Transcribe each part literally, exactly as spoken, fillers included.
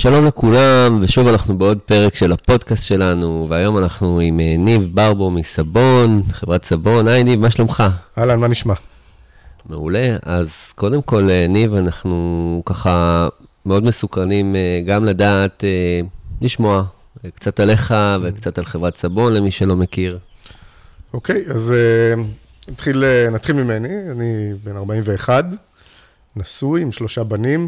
שלום לכולם, ושוב אנחנו בעוד פרק של הפודקאסט שלנו, והיום אנחנו עם ניב ברבו מסבון, חברת סבון. היי ניב, מה שלומך? אהלן, מה נשמע? מעולה. אז קודם כל ניב, אנחנו ככה מאוד מסוקרנים גם לדעת, לשמוע קצת עליך וקצת על חברת סבון, למי שלא מכיר. אוקיי, אז נתחיל, נתחיל ממני. אני בן ארבעים ואחת, נשוי עם שלושה בנים.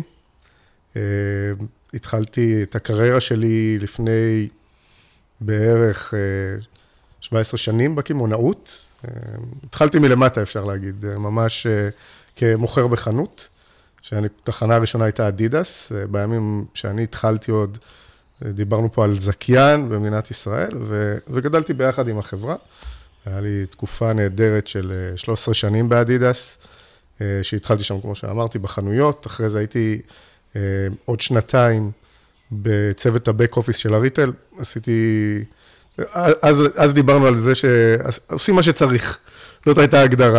התחלתי את הקריירה שלי לפני בערך שבע עשרה שנים בקמעונאות. התחלתי מלמטה, אפשר להגיד, ממש כמוכר בחנות, שהתחנה הראשונה הייתה אדידס. בימים שאני התחלתי עוד, דיברנו פה על זכיין במדינת ישראל, וגדלתי ביחד עם החברה. היה לי תקופה נהדרת של שלוש עשרה שנים באדידס, שהתחלתי שם, כמו שאמרתי, בחנויות. אחרי זה הייתי עוד שנתיים בצוות הבק אופיס של הריטל. עשיתי, אז, אז דיברנו על זה שעושים מה שצריך. זאת הייתה הגדרה.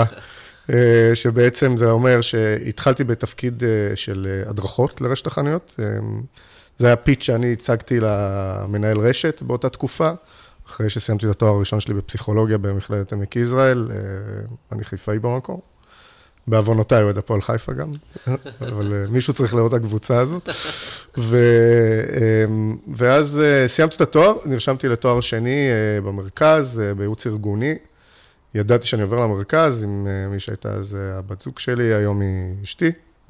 שבעצם זה אומר שהתחלתי בתפקיד של הדרכות לרשת החנויות. זה היה פיץ' שאני הצגתי למנהל רשת באותה תקופה, אחרי שסיימתי את התואר הראשון שלי בפסיכולוגיה במכללת עמק יזרעאל. אני חיפאי במקור. בעוונותיי, הוא ידע פה על חיפה גם, אבל מישהו צריך לראות את הקבוצה הזאת. ו, ואז סיימתי את התואר, נרשמתי לתואר שני במרכז, בייעוץ ארגוני. ידעתי שאני עובר למרכז עם מי שהייתה אז הבת זוג שלי, היום היא אשתי.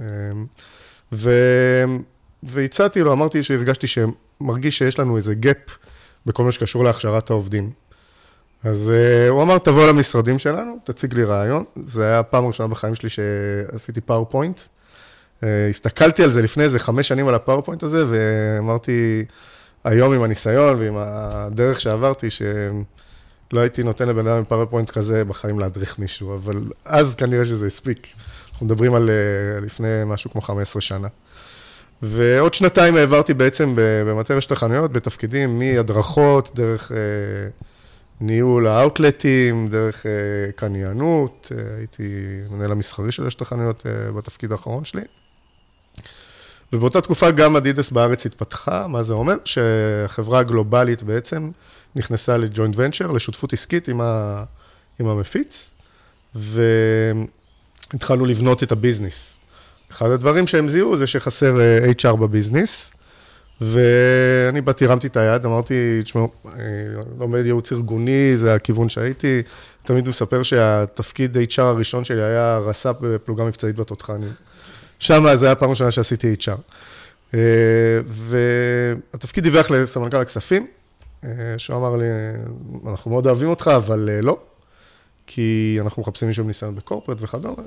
ו, והצעתי לו, אמרתי שהרגשתי שמרגיש שיש לנו איזה גאפ בכל מה שקשור להכשרת העובדים. אז uh, הוא אמר, תבוא למשרדים שלנו, תציג לי רעיון. זה היה הפעם הראשונה בחיים שלי שעשיתי פאורפוינט. Uh, הסתכלתי על זה לפני איזה חמש שנים על הפאורפוינט הזה, ואמרתי, היום עם הניסיון ועם הדרך שעברתי, שלא הייתי נותן לבן אדם עם פאורפוינט כזה בחיים להדריך מישהו, אבל אז כנראה שזה הספיק. אנחנו מדברים על uh, לפני משהו כמו חמש עשרה שנה. ועוד שנתיים העברתי בעצם במטה רשת החנויות, בתפקידים מהדרכות, דרך... Uh, ניהול האוטלטים, דרך uh, קניינות, uh, הייתי מנהל המסחרי של רשת החנויות uh, בתפקיד האחרון שלי. ובאותה תקופה גם אדידס בארץ התפתחה. מה זה אומר? שהחברה הגלובלית בעצם נכנסה לג'וינט ונצ'ר, לשותפות עסקית עם, ה, עם המפיץ, והתחלנו לבנות את הביזנס. אחד הדברים שהם זיהו זה שחסר uh, אייץ' אר בביזנס, ואני באתי, רמתי את היד, אמרתי, תשמעו, לומד ייעוץ ארגוני, זה הכיוון שהייתי, תמיד מספר שהתפקיד אייץ' אר הראשון שלי היה רס"פ בפלוגה מבצעית בתותחנים. שם זה היה הפעם ראשונה שעשיתי אייץ' אר. והתפקיד דיווח לסמנכ"ל הכספים, שהוא אמר לי, אנחנו מאוד אוהבים אותך, אבל לא, כי אנחנו מחפשים מישהו בניסיון בקורפרט וכדומה.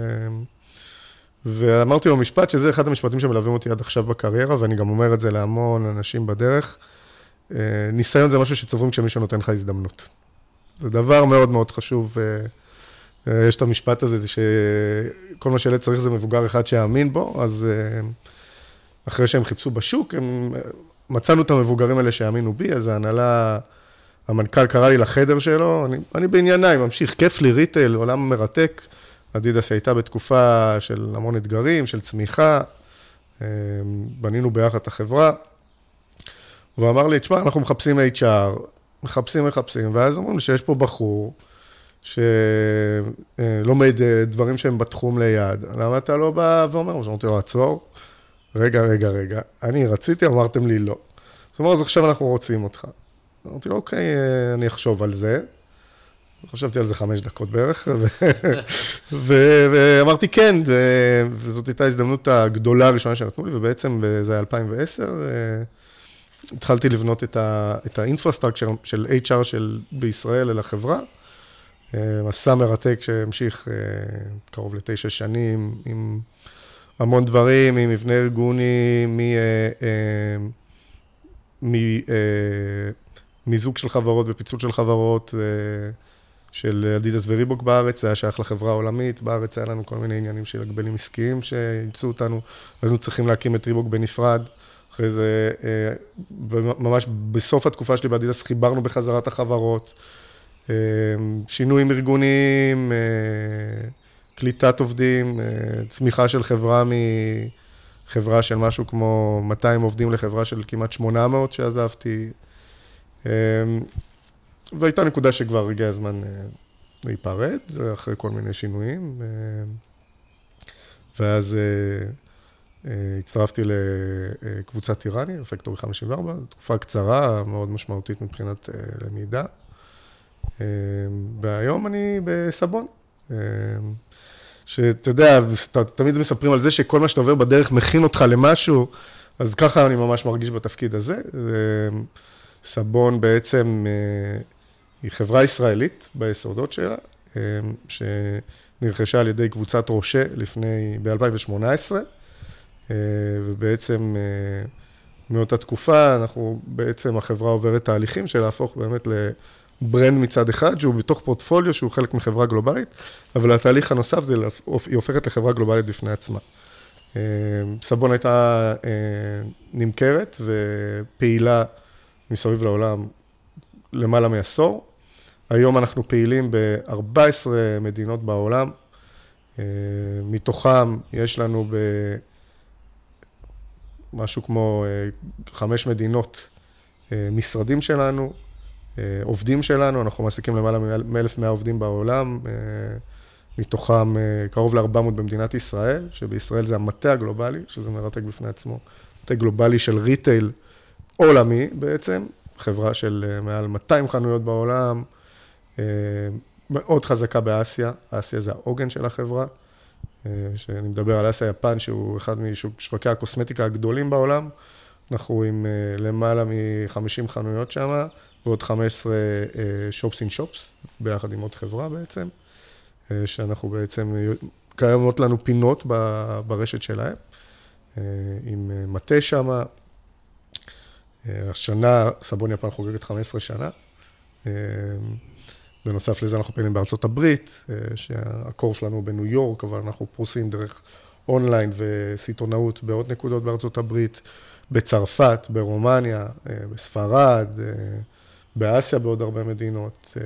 ואמרתי לו משפט, שזה אחד המשפטים שמלווים אותי עד עכשיו בקריירה, ואני גם אומר את זה להמון אנשים בדרך. ניסיון זה משהו שצוברים כשמישהו נותן לך הזדמנות. זה דבר מאוד מאוד חשוב. יש את המשפט הזה, שכל מה שילד צריך זה מבוגר אחד שיאמין בו, אז אחרי שהם חיפשו בשוק, הם... מצאנו את המבוגרים האלה שיאמינו בי, אז ההנהלה, המנכ"ל קרא לי לחדר שלו, אני, אני בענייניי, ממשיך, כיף לי, ריטל, עולם מרתק. אדידס הייתה בתקופה של המון אתגרים, של צמיחה, בנינו ביחד את החברה, והוא אמר לי, תשמע, אנחנו מחפשים אייץ' אר, מחפשים, מחפשים, ואז אומרים לי שיש פה בחור, שלומד דברים שהם בתחום ליד, למה אתה לא בא ואומר? אז אמרתי לו, עצור, רגע, רגע, רגע, אני רציתי, אמרתם לי לא. זאת אומרת, אז עכשיו אנחנו רוצים אותך. אמרתי לו, אוקיי, אני אחשוב על זה, חשבתי על זה חמש דקות בערך, ואמרתי כן, וזאת הייתה ההזדמנות הגדולה הראשונה שנתנו לי, ובעצם זה היה אלפיים ועשר, התחלתי לבנות את האינפרסטרקצ'ר של אייץ' אר בישראל אל החברה, מסע מרתק שהמשיך קרוב לתשע שנים, עם המון דברים, עם מבנה ארגוני, מזוג של חברות ופיצול של חברות, של אדידס וריבוק בארץ, זה היה שייך לחברה העולמית, בארץ היה לנו כל מיני עניינים של הגבלים עסקיים שיצאו אותנו, היינו צריכים להקים את ריבוק בנפרד, אחרי זה, ממש בסוף התקופה שלי באדידס חיברנו בחזרת החברות, שינויים ארגוניים, קליטת עובדים, צמיחה של חברה חברה של משהו כמו מאתיים עובדים לחברה של כמעט שמונה מאות שעזבתי. והייתה נקודה שכבר הגיע הזמן להיפרד, אחרי כל מיני שינויים. ואז הצטרפתי לקבוצת טירני, אפקטורי חמישים וארבע, תקופה קצרה, מאוד משמעותית מבחינת למידה. והיום אני בסבון. שאתה יודע, תמיד מספרים על זה שכל מה שאתה עובר בדרך מכין אותך למשהו, אז ככה אני ממש מרגיש בתפקיד הזה. סבון בעצם היא חברה ישראלית ביסודות שלה, שנרכשה על ידי קבוצת רושה לפני, ב-אלפיים שמונה עשרה, ובעצם מאותה תקופה, אנחנו בעצם החברה עוברת תהליכים של להפוך באמת לברנד מצד אחד, שהוא בתוך פורטפוליו, שהוא חלק מחברה גלובלית, אבל התהליך הנוסף זה, היא הופכת לחברה גלובלית בפני עצמה. סבון הייתה נמכרת ופעילה מסביב לעולם למעלה מעשור. היום אנחנו פעילים ב-ארבע עשרה מדינות בעולם. מתוכם יש לנו במשהו כמו חמש מדינות משרדים שלנו, עובדים שלנו, אנחנו מעסיקים למעלה מ-אלף ומאה עובדים בעולם, מתוכם קרוב ל-ארבע מאות במדינת ישראל, שבישראל זה המטה הגלובלי, שזה מרתק בפני עצמו, מטה גלובלי של ריטייל עולמי בעצם, חברה של מעל מאתיים חנויות בעולם, מאוד חזקה באסיה, אסיה זה העוגן של החברה, שאני מדבר על אסיה יפן, שהוא אחד משווקי הקוסמטיקה הגדולים בעולם, אנחנו עם למעלה מ-חמישים חנויות שם, ועוד חמש עשרה shops in shops, ביחד עם עוד חברה בעצם, שאנחנו בעצם, קיימות לנו פינות ברשת שלהם, עם מטה שם, השנה סבון יפן חוגגת חמש עשרה שנה, בנוסף לזה אנחנו פעילים בארצות הברית, שהקור שלנו בניו יורק, אבל אנחנו פרוסים דרך אונליין וסיטונאות בעוד נקודות בארצות הברית, בצרפת, ברומניה, בספרד, באסיה בעוד הרבה מדינות,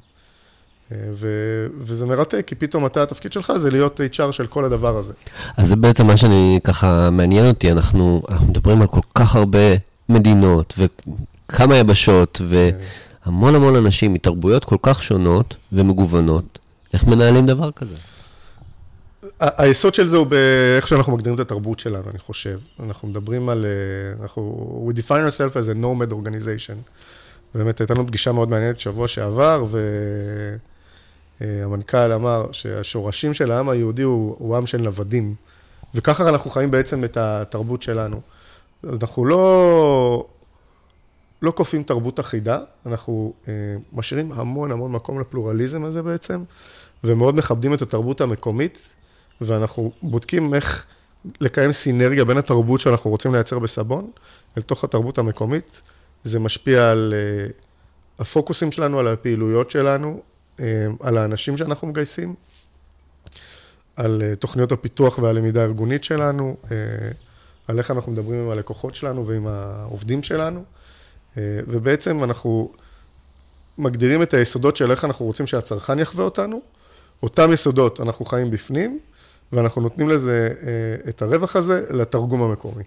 ו- וזה מרתק, כי פתאום אתה, התפקיד שלך זה להיות אייץ' אר של כל הדבר הזה. אז זה בעצם מה שאני ככה מעניין אותי, אנחנו, אנחנו מדברים על כל כך הרבה מדינות וכמה יבשות והמון המון אנשים מתרבויות כל כך שונות ומגוונות. איך מנהלים דבר כזה? היסוד של זה הוא באיך שאנחנו מגדירים את התרבות שלנו, אני חושב. אנחנו מדברים על, אנחנו, we define ourselves as a nomad organization. באמת הייתה לנו פגישה מאוד מעניינת שבוע שעבר, והמנכ"ל אמר שהשורשים של העם היהודי הוא, הוא עם של נוודים, וככה אנחנו חיים בעצם את התרבות שלנו. אז אנחנו לא, לא קופים תרבות אחידה, אנחנו משאירים המון המון מקום לפלורליזם הזה בעצם, ומאוד מכבדים את התרבות המקומית, ואנחנו בודקים איך לקיים סינרגיה בין התרבות שאנחנו רוצים לייצר בסבון, אל תוך התרבות המקומית. זה משפיע על uh, הפוקוסים שלנו, על הפעילויות שלנו, uh, על האנשים שאנחנו מגייסים, על uh, תוכניות הפיתוח והלמידה הארגונית שלנו, uh, על איך אנחנו מדברים עם הלקוחות שלנו ועם העובדים שלנו, uh, ובעצם אנחנו מגדירים את היסודות של איך אנחנו רוצים שהצרכן יחווה אותנו, אותם יסודות אנחנו חיים בפנים, ואנחנו נותנים לזה uh, את הרווח הזה לתרגום המקומי.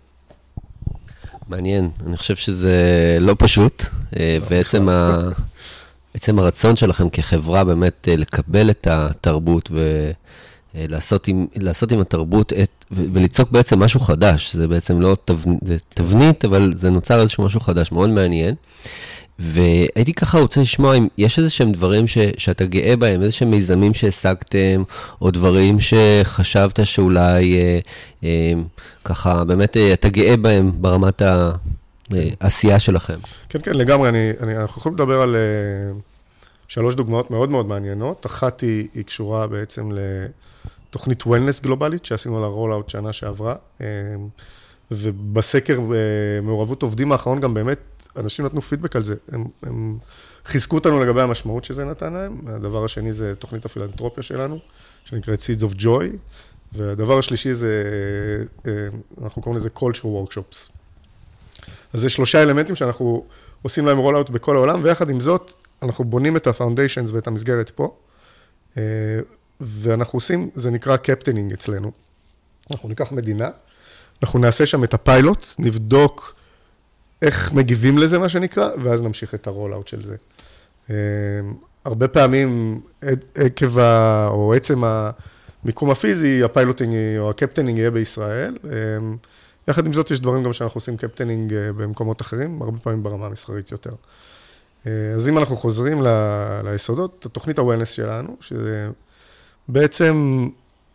מעניין, אני חושב שזה לא פשוט, ועצם ה... עצם הרצון שלכם כחברה באמת לקבל את התרבות ולעשות עם, לעשות עם התרבות את, וליצוק בעצם משהו חדש, זה בעצם לא תבנית, אבל זה נוצר איזשהו משהו חדש, מאוד מעניין. והייתי ככה רוצה לשמוע אם יש איזה שהם דברים ש, שאתה גאה בהם, איזה שהם מיזמים שהשגתם, או דברים שחשבת שאולי אה, אה, ככה באמת אה, אתה גאה בהם ברמת העשייה שלכם. כן, כן, לגמרי. אני, אני, אנחנו יכולים לדבר על uh, שלוש דוגמאות מאוד מאוד מעניינות. אחת היא, היא קשורה בעצם לתוכנית וולנס גלובלית, שעשינו לה רול-אוט שנה שעברה, uh, ובסקר uh, מעורבות עובדים האחרון גם באמת, אנשים נתנו פידבק על זה, הם, הם חיזקו אותנו לגבי המשמעות שזה נתן להם. הדבר השני זה תוכנית הפילנתרופיה שלנו, שנקראת Seeds of Joy, והדבר השלישי זה, אנחנו קוראים לזה culture workshops. אז זה שלושה אלמנטים שאנחנו עושים להם רול-אוט בכל העולם, ויחד עם זאת, אנחנו בונים את ה-foundations ואת המסגרת פה, ואנחנו עושים, זה נקרא קפטנינג אצלנו. אנחנו ניקח מדינה, אנחנו נעשה שם את הפיילוט, נבדוק איך מגיבים לזה, מה שנקרא, ואז נמשיך את הרול-אוט של זה. הרבה פעמים, עקב או עצם המיקום הפיזי, הפיילוטינג או הקפטנינג יהיה בישראל. יחד עם זאת, יש דברים גם שאנחנו עושים קפטנינג במקומות אחרים, הרבה פעמים ברמה המסחרית יותר. אז אם אנחנו חוזרים ל- ליסודות, התוכנית הוולנס שלנו, שזה בעצם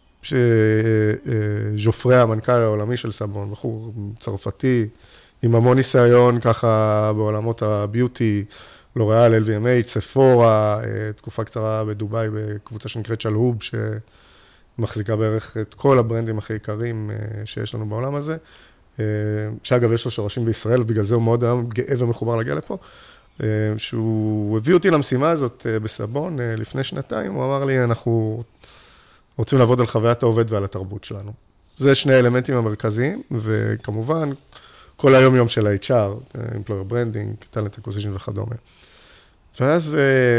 שז'ופרי המנכ"ל העולמי של סבון, בחור צרפתי, עם המון ניסיון ככה בעולמות הביוטי, לוריאל, אל וי אם אייץ', ספורה, תקופה קצרה בדוביי בקבוצה שנקראת שלהוב, שמחזיקה בערך את כל הברנדים הכי יקרים שיש לנו בעולם הזה, שאגב יש לו שורשים בישראל, ובגלל זה הוא מאוד גאה ומחובר להגיע לפה, שהוא הביא אותי למשימה הזאת בסבון לפני שנתיים, הוא אמר לי, אנחנו רוצים לעבוד על חוויית העובד ועל התרבות שלנו. זה שני האלמנטים המרכזיים, וכמובן, כל היום יום של ה-אייץ' אר, Employer Branding, Talent Acquisition וכדומה. ואז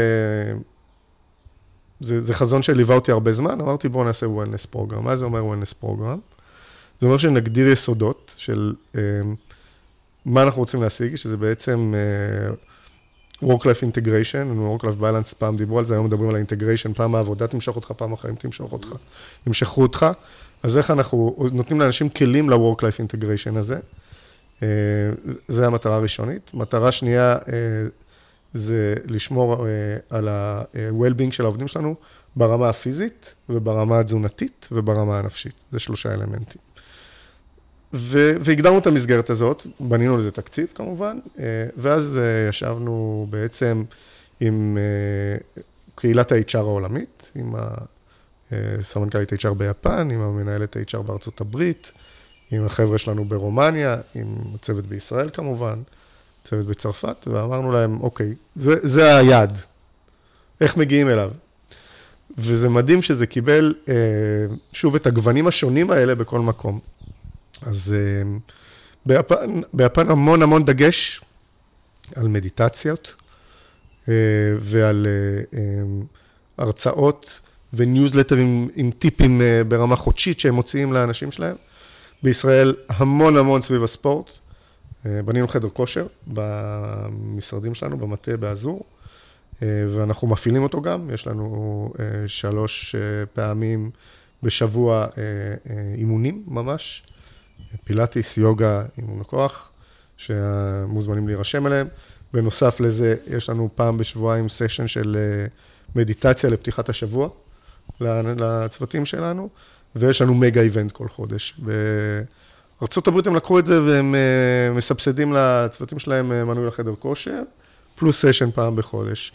זה, זה חזון שליווה אותי הרבה זמן, אמרתי בואו נעשה Wellness Program. מה זה אומר Wellness Program? זה אומר שנגדיר יסודות של מה אנחנו רוצים להשיג, שזה בעצם Work-Life Integration, Work-Life Balance, פעם דיברו על זה, היום מדברים על ה-Integration, פעם העבודה תמשוך אותך, פעם החיים תמשוך אותך, ימשכו אותך. אז איך אנחנו נותנים לאנשים כלים ל-Work-Life Integration הזה? זה המטרה הראשונית. מטרה שנייה זה לשמור על ה-well-being של העובדים שלנו ברמה הפיזית וברמה התזונתית וברמה הנפשית. זה שלושה אלמנטים. והגדרנו את המסגרת הזאת, בנינו לזה תקציב כמובן, ואז ישבנו בעצם עם קהילת ה-אייץ' אר העולמית, עם הסמנכ"לית אייץ' אר ביפן, עם המנהלת אייץ' אר בארצות הברית, עם החבר'ה שלנו ברומניה, עם הצוות בישראל כמובן, צוות בצרפת, ואמרנו להם, אוקיי, זה, זה היעד. איך מגיעים אליו? וזה מדהים שזה קיבל, אה, שוב, את הגוונים השונים האלה בכל מקום. אז אה, ביפן, ביפן המון המון דגש על מדיטציות, אה, ועל אה, אה, הרצאות וניוזלטרים עם טיפים אה, ברמה חודשית שהם מוציאים לאנשים שלהם. בישראל המון המון סביב הספורט, בנינו חדר כושר במשרדים שלנו, במטה, באזור, ואנחנו מפעילים אותו גם, יש לנו שלוש פעמים בשבוע אימונים ממש, פילאטיס, יוגה, אימון הכוח, שמוזמנים להירשם אליהם. בנוסף לזה, יש לנו פעם בשבועיים סשן של מדיטציה לפתיחת השבוע לצוותים שלנו, ויש לנו מגה איבנט כל חודש. בארצות הברית הם לקחו את זה והם מסבסדים לצוותים שלהם מנוי לחדר כושר, פלוס סשן פעם בחודש.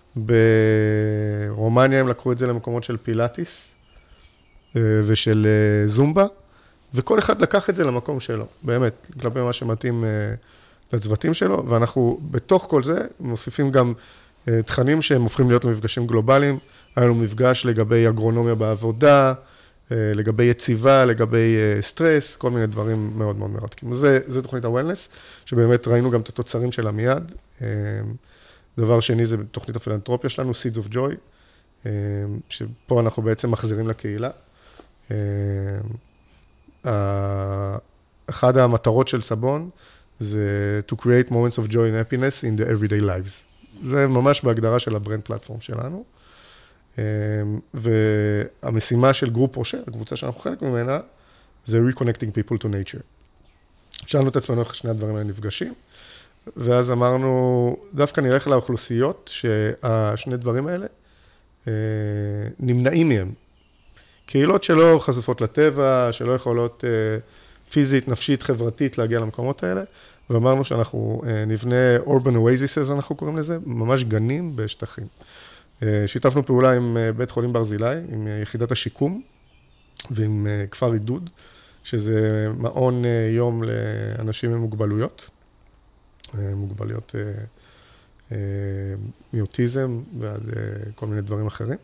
ברומניה הם לקחו את זה למקומות של פילאטיס ושל זומבה, וכל אחד לקח את זה למקום שלו, באמת, כלפי מה שמתאים לצוותים שלו, ואנחנו בתוך כל זה מוסיפים גם תכנים שהם הופכים להיות למפגשים גלובליים. היה לנו מפגש לגבי אגרונומיה בעבודה, לגבי יציבה, לגבי סטרס, כל מיני דברים מאוד מאוד מרתקים. זה, זה תוכנית ה-Wellness, שבאמת ראינו גם את התוצרים שלה מיד. דבר שני זה תוכנית הפילנתרופיה שלנו, Seeds of Joy, שפה אנחנו בעצם מחזירים לקהילה. אחד המטרות של סבון זה to create moments of joy and happiness in the everyday lives. זה ממש בהגדרה של הברנד פלטפורם שלנו. והמשימה של גרופ רושר, הקבוצה שאנחנו חלק ממנה, זה reconnecting people to nature. שאלנו את עצמנו איך שני הדברים האלה נפגשים, ואז אמרנו, דווקא נלך לאוכלוסיות שהשני דברים האלה נמנעים מהם. קהילות שלא חשופות לטבע, שלא יכולות פיזית, נפשית, חברתית להגיע למקומות האלה, ואמרנו שאנחנו נבנה urban oases, אנחנו קוראים לזה, ממש גנים בשטחים. שיתפנו פעולה עם בית חולים ברזילי, עם יחידת השיקום ועם כפר עידוד, שזה מעון יום לאנשים עם מוגבלויות, מוגבלויות מאוטיזם ועד כל מיני דברים אחרים.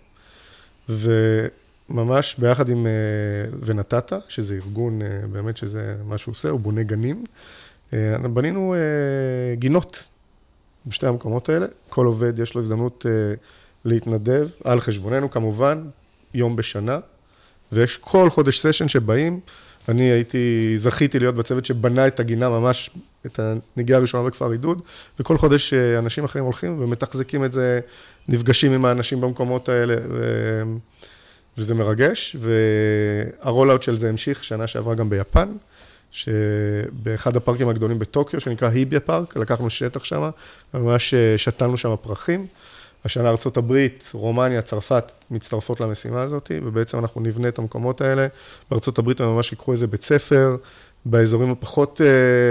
וממש ביחד עם ונתתה, שזה ארגון, באמת שזה מה שהוא עושה, הוא בונה גנים, בנינו גינות בשתי המקומות האלה. כל עובד יש לו הזדמנות להתנדב על חשבוננו, כמובן, יום בשנה, ויש כל חודש סשן שבאים, אני הייתי, זכיתי להיות בצוות שבנה את הגינה ממש, את הנגיעה הראשונה בכפר עידוד, וכל חודש אנשים אחרים הולכים ומתחזקים את זה, נפגשים עם האנשים במקומות האלה, ו... וזה מרגש, והרולאוט של זה המשיך שנה שעברה גם ביפן, שבאחד הפארקים הגדולים בטוקיו, שנקרא היביה פארק, לקחנו שטח שם, ממש שתלנו שם פרחים. השנה ארצות הברית, רומניה, צרפת, מצטרפות למשימה הזאת, ובעצם אנחנו נבנה את המקומות האלה. בארצות הברית הם ממש יקחו איזה בית ספר, באזורים הפחות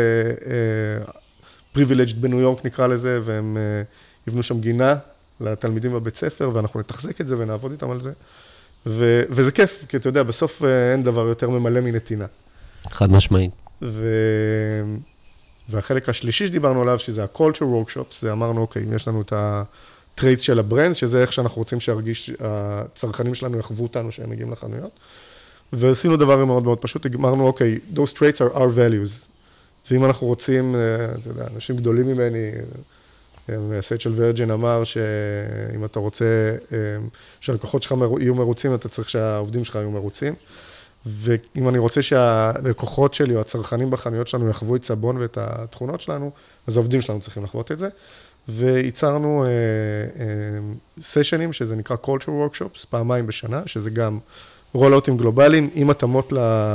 פריבילג'ד בניו יורק נקרא לזה, והם יבנו שם גינה לתלמידים בבית ספר, ואנחנו נתחזק את זה ונעבוד איתם על זה. ו- וזה כיף, כי אתה יודע, בסוף אין דבר יותר ממלא מנתינה. חד משמעית. ו- והחלק השלישי שדיברנו עליו, שזה ה-culture workshops, זה אמרנו, אוקיי, יש לנו את הטרייטס של הברנד, שזה איך שאנחנו רוצים שהרגיש, הצרכנים שלנו יחוו אותנו שהם מגיעים לחנויות. ועשינו דבר מאוד מאוד פשוט, אמרנו, אוקיי, those traits are our values. ואם אנחנו רוצים, אתה יודע, אנשים גדולים ממני, הסט של וירג'ין אמר שאם אתה רוצה שהלקוחות שלך יהיו מרוצים, אתה צריך שהעובדים שלך יהיו מרוצים. ואם אני רוצה שהלקוחות שלי או הצרכנים בחנויות שלנו יחוו את סבון ואת התכונות שלנו, אז העובדים שלנו צריכים לחוות את זה. וייצרנו סשנים, שזה נקרא culture workshops, פעמיים בשנה, שזה גם רולאוטים גלובליים, עם התאמות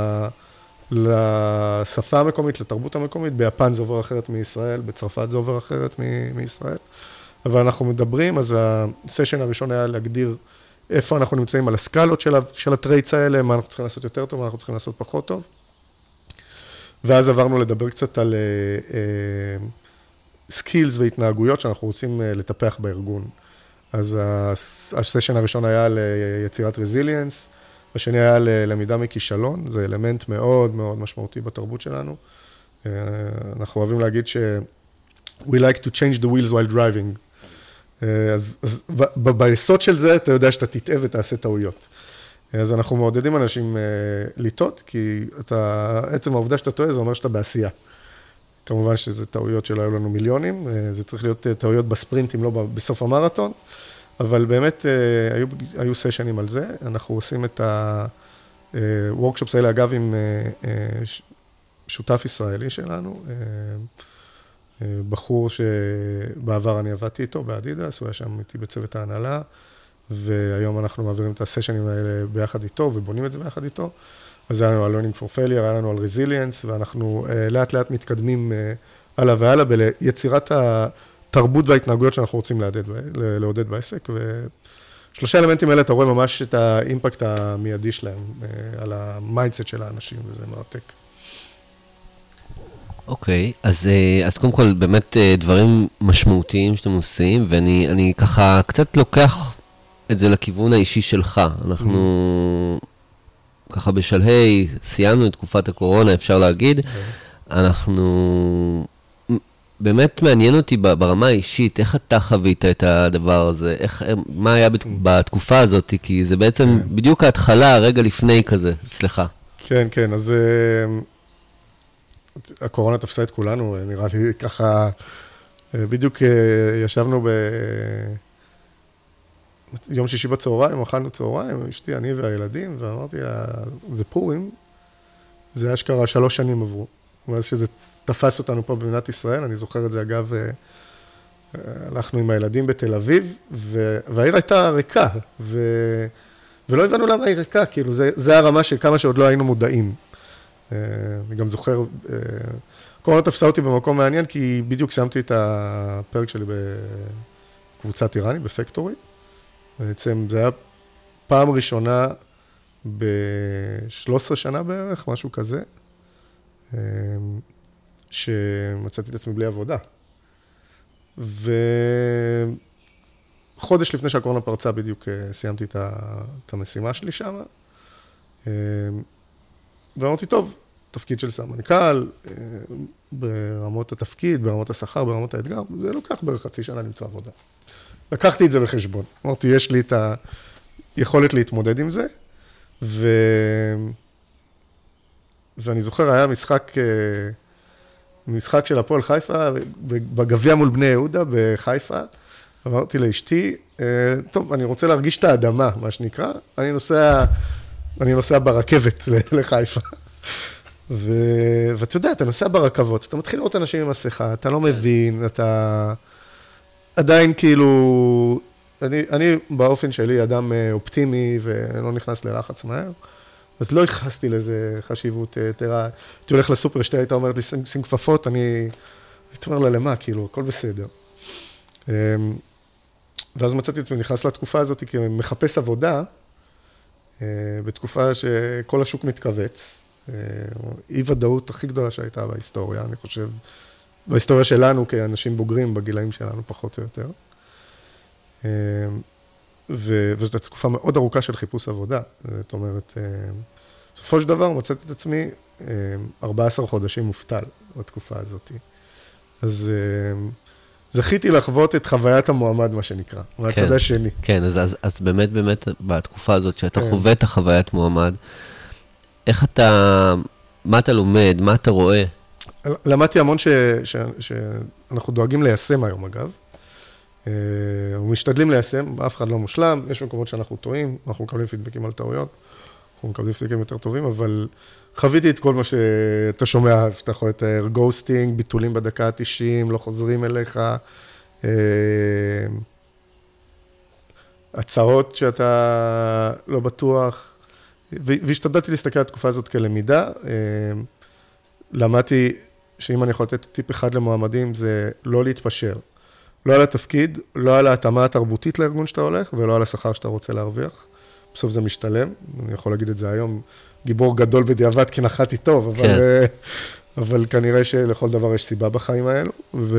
לשפה המקומית, לתרבות המקומית. ביפן זה עובר אחרת מישראל, בצרפת זה עובר אחרת מישראל. אבל אנחנו מדברים, אז הסשן הראשון היה להגדיר איפה אנחנו נמצאים על הסקלות של, של הטרייטס האלה, מה אנחנו צריכים לעשות יותר טוב, מה אנחנו צריכים לעשות פחות טוב. ואז עברנו לדבר קצת על סקילס uh, uh, והתנהגויות שאנחנו רוצים uh, לטפח בארגון. אז הסשן הראשון היה ליצירת רזיליאנס, השני היה ללמידה מכישלון, זה אלמנט מאוד מאוד משמעותי בתרבות שלנו. Uh, אנחנו אוהבים להגיד ש- we like to change the wheels while driving. אז, אז ב- ביסוד של זה, אתה יודע שאתה תטעה ותעשה טעויות. אז אנחנו מעודדים אנשים לטעות, כי אתה, עצם העובדה שאתה טועה, זה אומר שאתה בעשייה. כמובן שזה טעויות שלא היו לנו מיליונים, זה צריך להיות טעויות בספרינטים, לא בסוף המרתון, אבל באמת היו, היו סשנים על זה. אנחנו עושים את הוורקשופס האלה, אגב, עם שותף ישראלי שלנו, בחור שבעבר אני עבדתי איתו באדידס, הוא היה שם איתי בצוות ההנהלה, והיום אנחנו מעבירים את הסשנים האלה ביחד איתו, ובונים את זה ביחד איתו. אז היה לנו על learning for failure, היה לנו על resilience, ואנחנו לאט לאט מתקדמים הלאה והלאה, ביצירת התרבות וההתנהגויות שאנחנו רוצים לעודד, לעודד בעסק, ושלושה אלמנטים האלה, אתה רואה ממש את האימפקט המיידי שלהם, על המיינדסט של האנשים, וזה מרתק. אוקיי, okay, אז, אז קודם כל באמת דברים משמעותיים שאתם עושים, ואני אני ככה קצת לוקח את זה לכיוון האישי שלך. אנחנו mm-hmm. ככה בשלהי, סיימנו את תקופת הקורונה, אפשר להגיד. Okay. אנחנו, באמת מעניין אותי ברמה האישית, איך אתה חווית את הדבר הזה, איך, מה היה בת, בתקופה הזאת, כי זה בעצם okay. בדיוק ההתחלה, הרגע לפני כזה, סליחה. כן, כן, אז... הקורונה תפסה את כולנו, נראה לי ככה, בדיוק ישבנו ביום שישי בצהריים, אכלנו צהריים, אשתי, אני והילדים, ואמרתי, זה פורים, זה אשכרה שלוש שנים עברו. ואז שזה תפס אותנו פה במדינת ישראל, אני זוכר את זה אגב, הלכנו עם הילדים בתל אביב, והעיר הייתה ריקה, ו... ולא הבנו למה היא ריקה, כאילו זה, זה הרמה של כמה שעוד לא היינו מודעים. אני גם זוכר, קורונה תפסה אותי במקום מעניין, כי בדיוק סיימתי את הפרק שלי בקבוצת איראני, בפקטורי. בעצם זה היה פעם ראשונה ב-שלוש עשרה שנה בערך, משהו כזה, שמצאתי את עצמי בלי עבודה. וחודש לפני שהקורונה פרצה, בדיוק סיימתי את המשימה שלי שם. ואמרתי, טוב, תפקיד של סמנכ"ל, ברמות התפקיד, ברמות השכר, ברמות האתגר, זה לוקח בערך חצי שנה למצוא עבודה. לקחתי את זה בחשבון. אמרתי, יש לי את היכולת להתמודד עם זה, ו... ואני זוכר, היה משחק, משחק של הפועל חיפה, בגביע מול בני יהודה בחיפה, אמרתי לאשתי, טוב, אני רוצה להרגיש את האדמה, מה שנקרא, אני נוסע... אני נוסע ברכבת לחיפה. ואתה יודע, אתה נוסע ברכבות, אתה מתחיל לראות אנשים עם מסכה, אתה לא מבין, אתה עדיין כאילו, אני, אני באופן שלי אדם אופטימי ולא נכנס ללחץ מהר, אז לא הכנסתי לזה חשיבות יתרה. הייתי הולך לסופר, אשתי הייתה אומרת לי, שים כפפות, אני הייתי אומר לה, למה? כאילו, הכל בסדר. ואז מצאתי עצמי, נכנס לתקופה הזאת, כי מחפש עבודה, בתקופה שכל השוק מתכווץ, אי ודאות הכי גדולה שהייתה בהיסטוריה, אני חושב, בהיסטוריה שלנו כאנשים בוגרים, בגילאים שלנו פחות או יותר. וזאת תקופה מאוד ארוכה של חיפוש עבודה. זאת אומרת, בסופו של דבר מצאתי את עצמי ארבעה עשר חודשים מובטל בתקופה הזאת. אז זכיתי לחוות את חוויית המועמד, מה שנקרא, מהצד השני. כן, אז, אז, אז באמת, באמת, בתקופה הזאת שאתה כן. חווה את החוויית מועמד, איך אתה, מה אתה לומד, מה אתה רואה? למדתי המון ש, ש, שאנחנו דואגים ליישם היום, אגב. ומשתדלים ליישם, אף אחד לא מושלם, יש מקומות שאנחנו טועים, אנחנו מקבלים פידבקים על טעויות, אנחנו מקבלים פידבקים יותר טובים, אבל חוויתי את כל מה שאתה שומע, שאתה יכול לתאר, גוסטינג, ביטולים בדקה ה-תשעים, לא חוזרים אליך, הצעות שאתה לא בטוח, והשתדלתי להסתכל על התקופה הזאת כלמידה, למדתי שאם אני יכול לתת טיפ אחד למועמדים, זה לא להתפשר. לא על התפקיד, לא על ההתאמה התרבותית לארגון שאתה הולך, ולא על השכר שאתה רוצה להרוויח. בסוף זה משתלם, אני יכול להגיד את זה היום, גיבור גדול בדיעבד, כי נחתי טוב, אבל, כן. אבל כנראה שלכל דבר יש סיבה בחיים האלו. ו,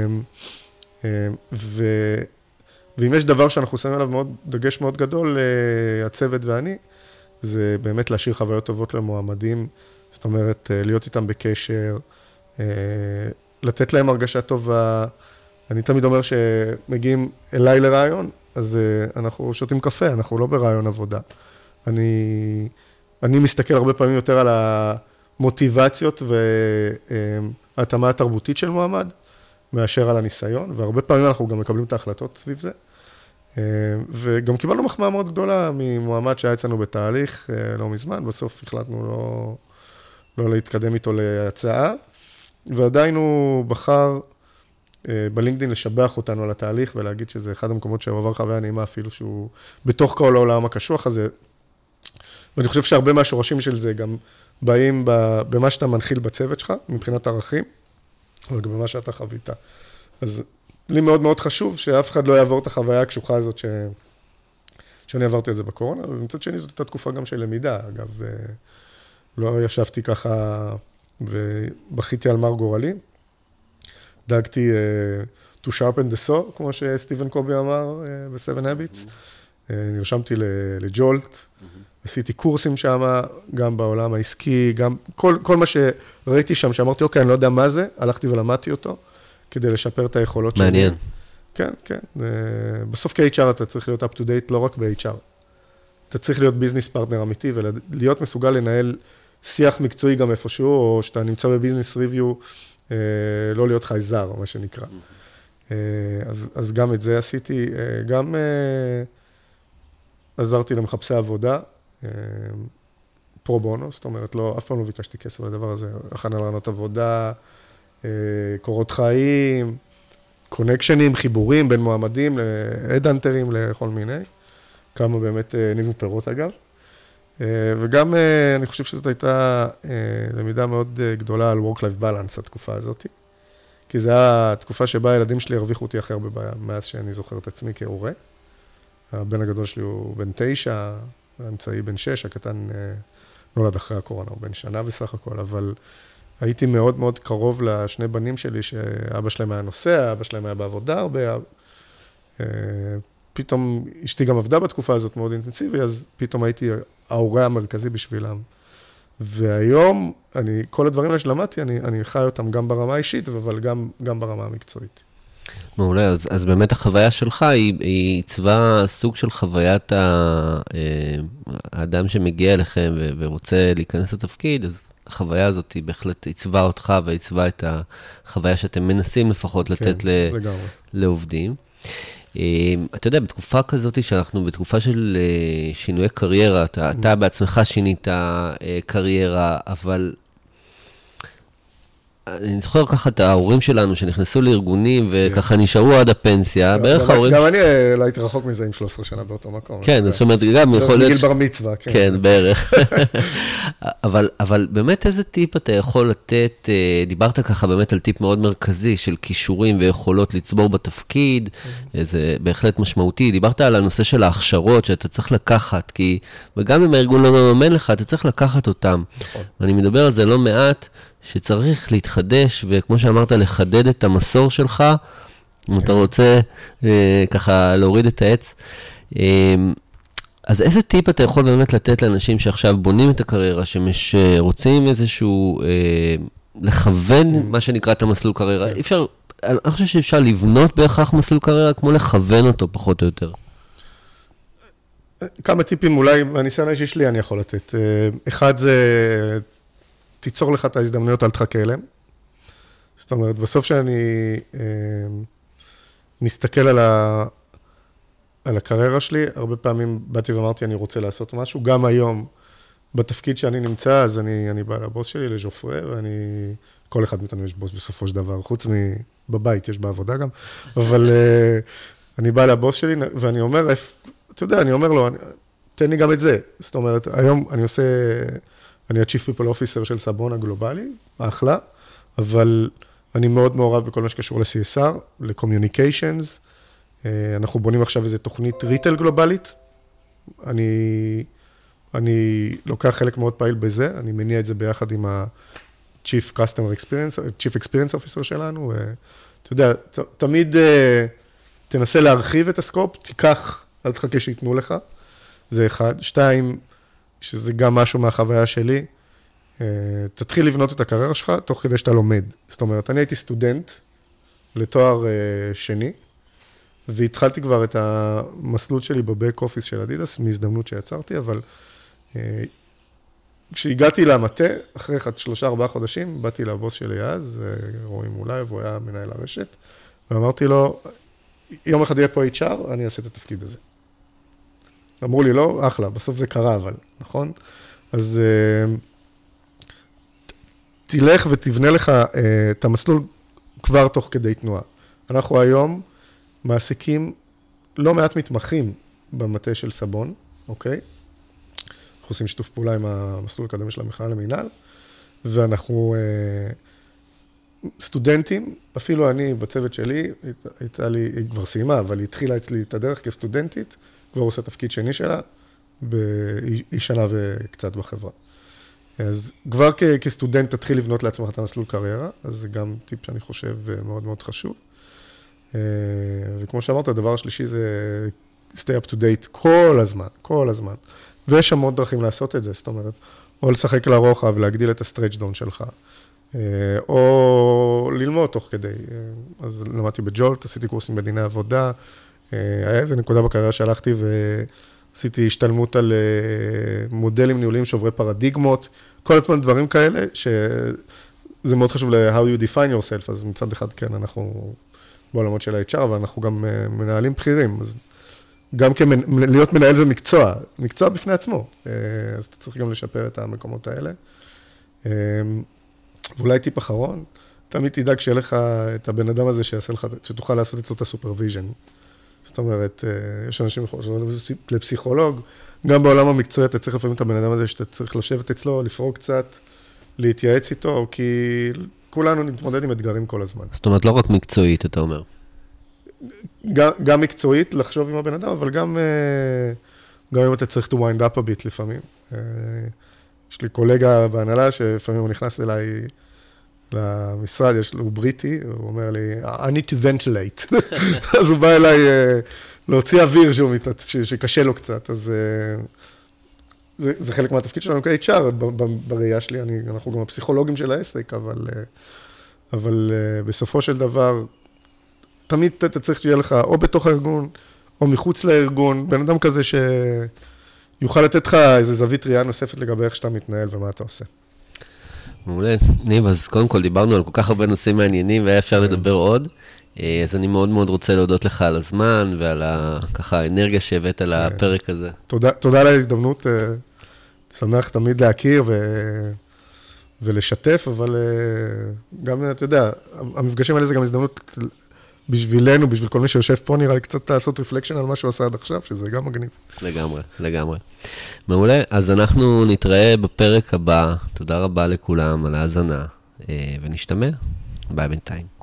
ו, ואם יש דבר שאנחנו שמים עליו מאוד, דגש מאוד גדול, הצוות ואני, זה באמת להשאיר חוויות טובות למועמדים, זאת אומרת, להיות איתם בקשר, לתת להם הרגשה טובה. אני תמיד אומר שמגיעים אליי לרעיון, אז אנחנו שותים קפה, אנחנו לא ברעיון עבודה. אני, אני מסתכל הרבה פעמים יותר על המוטיבציות וההתאמה התרבותית של מועמד, מאשר על הניסיון, והרבה פעמים אנחנו גם מקבלים את ההחלטות סביב זה. וגם קיבלנו מחמאה מאוד גדולה ממועמד שהיה אצלנו בתהליך לא מזמן, בסוף החלטנו לא, לא להתקדם איתו להצעה, ועדיין הוא בחר בלינקדין לשבח אותנו על התהליך ולהגיד שזה אחד המקומות שהוא עבר חוויה נעימה אפילו שהוא בתוך כל העולם הקשוח הזה. ואני חושב שהרבה מהשורשים של זה גם באים במה שאתה מנחיל בצוות שלך, מבחינת ערכים, אבל גם במה שאתה חווית. אז לי מאוד מאוד חשוב שאף אחד לא יעבור את החוויה הקשוחה הזאת ש... שאני עברתי את זה בקורונה, ומצד שני זאת הייתה תקופה גם של למידה. אגב, לא ישבתי ככה ובכיתי על מר גורלי. דאגתי uh, to sharpen the saw, כמו שסטיבן קובי אמר uh, ב-Seven Habits. Mm-hmm. Uh, נרשמתי לג'ולט, mm-hmm. עשיתי קורסים שם, גם בעולם העסקי, גם כל, כל מה שראיתי שם, שאמרתי, אוקיי, אני לא יודע מה זה, הלכתי ולמדתי אותו, כדי לשפר את היכולות שלי. מעניין. כן, כן. Uh, בסוף כ-אייץ' אר אתה צריך להיות up to date, לא רק ב-אייץ' אר. אתה צריך להיות ביזנס פרטנר אמיתי, ולהיות מסוגל לנהל שיח מקצועי גם איפשהו, או שאתה נמצא בביזנס ריוויו, לא להיות חייזר, מה שנקרא. אז, אז גם את זה עשיתי, גם עזרתי למחפשי עבודה, פרו בונוס, זאת אומרת, לא, אף פעם לא ביקשתי כסף על הדבר הזה, הכנה לרעיונות עבודה, קורות חיים, קונקשנים, חיבורים בין מועמדים, להדהנטרים, לכל מיני, כמה באמת ניבו פירות אגב. וגם אני חושב שזאת הייתה למידה מאוד גדולה על work-life balance, התקופה הזאת. כי זו הייתה התקופה שבה הילדים שלי הרוויחו אותי הכי הרבה בעיה, מאז שאני זוכר את עצמי כהורה. הבן הגדול שלי הוא בן תשע, האמצעי בן שש, הקטן נולד אחרי הקורונה, הוא בן שנה בסך הכל, אבל הייתי מאוד מאוד קרוב לשני בנים שלי, שאבא שלהם היה נוסע, אבא שלהם היה בעבודה הרבה. פתאום אשתי גם עבדה בתקופה הזאת מאוד אינטנסיבי, אז פתאום הייתי ההורה המרכזי בשבילם. והיום, אני, כל הדברים האלה שלמדתי, אני, אני חי אותם גם ברמה האישית, אבל גם, גם ברמה המקצועית. מעולה, אז, אז באמת החוויה שלך היא, היא צבא סוג של חוויית ה, האדם שמגיע אליכם ו, ורוצה להיכנס לתפקיד, אז החוויה הזאת היא בהחלט הצבא אותך והצבא את החוויה שאתם מנסים לפחות לתת כן, ל, לעובדים. אתה יודע, בתקופה כזאת שאנחנו בתקופה של שינויי קריירה, אתה, אתה בעצמך שינית קריירה, אבל אני זוכר ככה את ההורים שלנו שנכנסו לארגונים וככה נשארו עד הפנסיה, בערך ההורים... גם אני לא הייתי רחוק מזה עם שלוש עשרה שנה באותו מקום. כן, זאת אומרת, גם יכול להיות... בגיל בר מצווה, כן. כן, בערך. אבל באמת איזה טיפ אתה יכול לתת, דיברת ככה באמת על טיפ מאוד מרכזי של כישורים ויכולות לצבור בתפקיד, זה בהחלט משמעותי. דיברת על הנושא של ההכשרות שאתה צריך לקחת, כי וגם אם הארגון לא מממן לך, אתה צריך לקחת אותם. ואני מדבר על זה לא מעט, שצריך להתחדש, וכמו שאמרת, לחדד את המסור שלך, אם אתה רוצה ככה להוריד את העץ. אז איזה טיפ אתה יכול באמת לתת לאנשים שעכשיו בונים את הקריירה, שרוצים איזשהו, לכוון מה שנקרא את המסלול קריירה? אפשר, אני חושב שאפשר לבנות בהכרח מסלול קריירה, כמו לכוון אותו פחות או יותר. כמה טיפים אולי, מהניסיון האישי שלי אני יכול לתת. אחד זה... תיצור לך את ההזדמנויות, אל תחכה אליהם. זאת אומרת, בסוף שאני אה, מסתכל על, ה, על הקריירה שלי, הרבה פעמים באתי ואמרתי, אני רוצה לעשות משהו. גם היום, בתפקיד שאני נמצא, אז אני, אני בא לבוס שלי, לג'ופרה, ואני, כל אחד מאיתנו יש בוס בסופו של דבר, חוץ מבבית, יש בעבודה גם, אבל אה, אני בא לבוס שלי, ואני אומר, אתה יודע, אני אומר לו, תן לי גם את זה. זאת אומרת, היום אני עושה... אני ה-Chief People Officer של סבון הגלובלי, אחלה, אבל אני מאוד מעורב בכל מה שקשור ל-סי אס אר, ל-Communications. אנחנו בונים עכשיו איזו תוכנית ריטל גלובלית. אני, אני לוקח חלק מאוד פעיל בזה, אני מניע את זה ביחד עם ה-Chief Customer Experience, Chief Experience Officer שלנו. אתה יודע, ת, תמיד תנסה להרחיב את הסקופ, תיקח, אל תחכה שיתנו לך. זה אחד. שתיים, שזה גם משהו מהחוויה שלי, תתחיל לבנות את הקריירה שלך, תוך כדי שאתה לומד. זאת אומרת, אני הייתי סטודנט לתואר שני, והתחלתי כבר את המסלול שלי בבק אופיס של אדידס, מהזדמנות שיצרתי, אבל כשהגעתי למטה, אחרי שלושה, ארבעה חודשים, באתי לבוס שלי אז, רואים אולי, והוא היה מנהל הרשת, ואמרתי לו, יום אחד יהיה פה אייץ' אר, אני אעשה את התפקיד הזה. אמרו לי, לא, אחלה, בסוף זה קרה, אבל, נכון? אז תלך ותבנה לך את המסלול כבר תוך כדי תנועה. אנחנו היום מעסיקים לא מעט מתמחים במטה של סבון, אוקיי? אנחנו עושים שיתוף פעולה עם המסלול האקדמי של המכללה למינהל, ואנחנו סטודנטים, אפילו אני בצוות שלי, הייתה לי, היא כבר סיימה, אבל היא התחילה אצלי את הדרך כסטודנטית, כבר עושה תפקיד שני שלה, היא שנה וקצת בחברה. אז כבר כ- כסטודנט תתחיל לבנות לעצמך את המסלול קריירה, אז זה גם טיפ שאני חושב מאוד מאוד חשוב. וכמו שאמרת, הדבר השלישי זה stay up to date כל הזמן, כל הזמן. ויש המון דרכים לעשות את זה, זאת אומרת, או לשחק לרוחב ולהגדיל את ה-stretch down שלך, או ללמוד תוך כדי. אז למדתי בג'ולט, עשיתי קורסים בדיני עבודה, היה איזו נקודה בקריירה שהלכתי ועשיתי השתלמות על מודלים ניהוליים שוברי פרדיגמות, כל הזמן דברים כאלה, שזה מאוד חשוב ל-how you define yourself, אז מצד אחד כן, אנחנו בעולמות של ה-אייץ' אר, אבל אנחנו גם מנהלים בכירים, אז גם להיות מנהל זה מקצוע, מקצוע בפני עצמו, אז אתה צריך גם לשפר את המקומות האלה. ואולי טיפ אחרון, תמיד תדאג שיהיה לך את הבן אדם הזה שיעשה לך, שתוכל לעשות את אותה סופרוויז'ן. זאת אומרת, יש אנשים לפסיכולוג, גם בעולם המקצועי אתה צריך לפעמים את הבן אדם הזה שאתה צריך לשבת אצלו, לפרוק קצת, להתייעץ איתו, כי כולנו נתמודד עם אתגרים כל הזמן. זאת אומרת, לא רק מקצועית, אתה אומר. גם, גם מקצועית, לחשוב עם הבן אדם, אבל גם, גם אם אתה צריך to wind up a bit לפעמים. יש לי קולגה בהנהלה שלפעמים הוא נכנס אליי למשרד, יש לו, הוא בריטי, הוא אומר לי, I need to ventilate. אז הוא בא אליי להוציא אוויר שקשה לו קצת, אז זה, זה חלק מהתפקיד שלנו כ-אייץ' אר, בראייה שלי, אני, אנחנו גם הפסיכולוגים של העסק, אבל, אבל בסופו של דבר, תמיד אתה צריך שיהיה לך או בתוך הארגון, או מחוץ לארגון, בן אדם כזה שיוכל לתת לך איזו זווית ראייה נוספת לגבי איך שאתה מתנהל ומה אתה עושה. מעולה. ניב, אז קודם כל דיברנו על כל כך הרבה נושאים מעניינים, והיה אפשר לדבר עוד. אז אני מאוד מאוד רוצה להודות לך על הזמן ועל ה, ככה, האנרגיה שהבאת על הפרק הזה. תודה, תודה על ההזדמנות, שמח תמיד להכיר ו... ולשתף, אבל גם, אתה יודע, המפגשים האלה זה גם הזדמנות בשבילנו, בשביל כל מי שיושב פה, נראה לי קצת לעשות רפלקשן על מה שהוא עשה עד עכשיו, שזה גם מגניב. לגמרי, לגמרי. מעולה, אז אנחנו נתראה בפרק הבא. תודה רבה לכולם על ההאזנה, ונשתמע. ביי בינתיים.